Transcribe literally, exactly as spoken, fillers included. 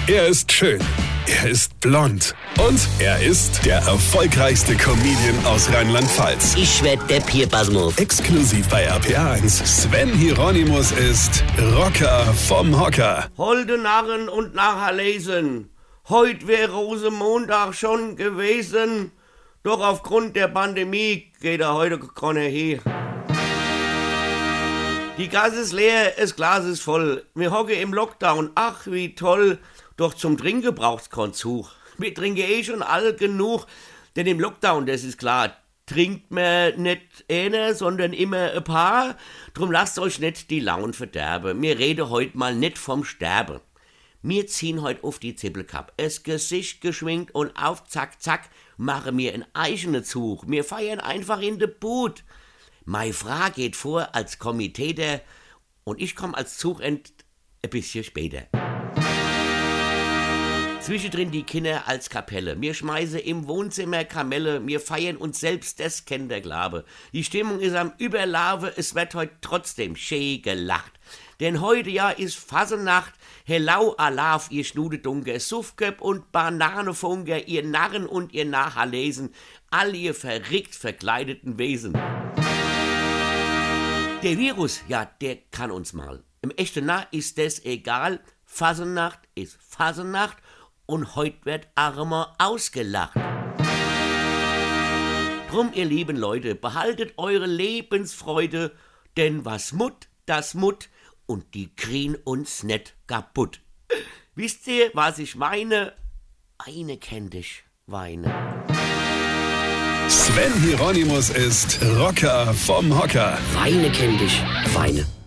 Er ist schön. Er ist blond. Und er ist der erfolgreichste Comedian aus Rheinland-Pfalz. Ich werd der Pierpasmus. Exklusiv bei R P A eins. Sven Hieronymus ist Rocker vom Hocker. Holde Narren und Nachherlesen. Heut wäre Rosenmontag schon gewesen. Doch aufgrund der Pandemie geht er heute keiner her. Die Gas ist leer, das Glas ist voll. Wir hocken im Lockdown, ach wie toll. Doch zum Trinken braucht's keinen Zug. Wir trinken eh schon all genug. Denn im Lockdown, das ist klar, trinkt man nicht einer, sondern immer ein paar. Drum lasst euch nicht die Laune verderben. Wir reden heute mal nicht vom Sterben. Wir ziehen heute auf die Zippelkappe, das Gesicht geschminkt und auf zack zack machen wir einen eigenen Zug. Wir feiern einfach in de Boot. Meine Frau geht vor als Komiteter und ich komme als Zugend ein bisschen später. Zwischendrin die Kinder als Kapelle. Wir schmeißen im Wohnzimmer Kamelle. Wir feiern uns selbst, das kennt der Glaube. Die Stimmung ist am Überlaufen. Es wird heute trotzdem schön gelacht. Denn heute ja ist Fasenacht. Hello, Alaf, ihr Schnudedunker, Suffköp und Bananenfunker, ihr Narren und ihr Nachherlesen. All ihr verrückt verkleideten Wesen. Der Virus, ja, der kann uns mal. Im echten Nah ist das egal. Fasenacht ist Fasenacht. Und heut wird armer ausgelacht. Drum, ihr lieben Leute, behaltet eure Lebensfreude, denn was Mut, das Mut, und die kriegen uns nicht kaputt. Wisst ihr, was ich meine? Eine kennt dich, Weine. Sven Hieronymus ist Rocker vom Hocker. Weine kennt dich, Weine.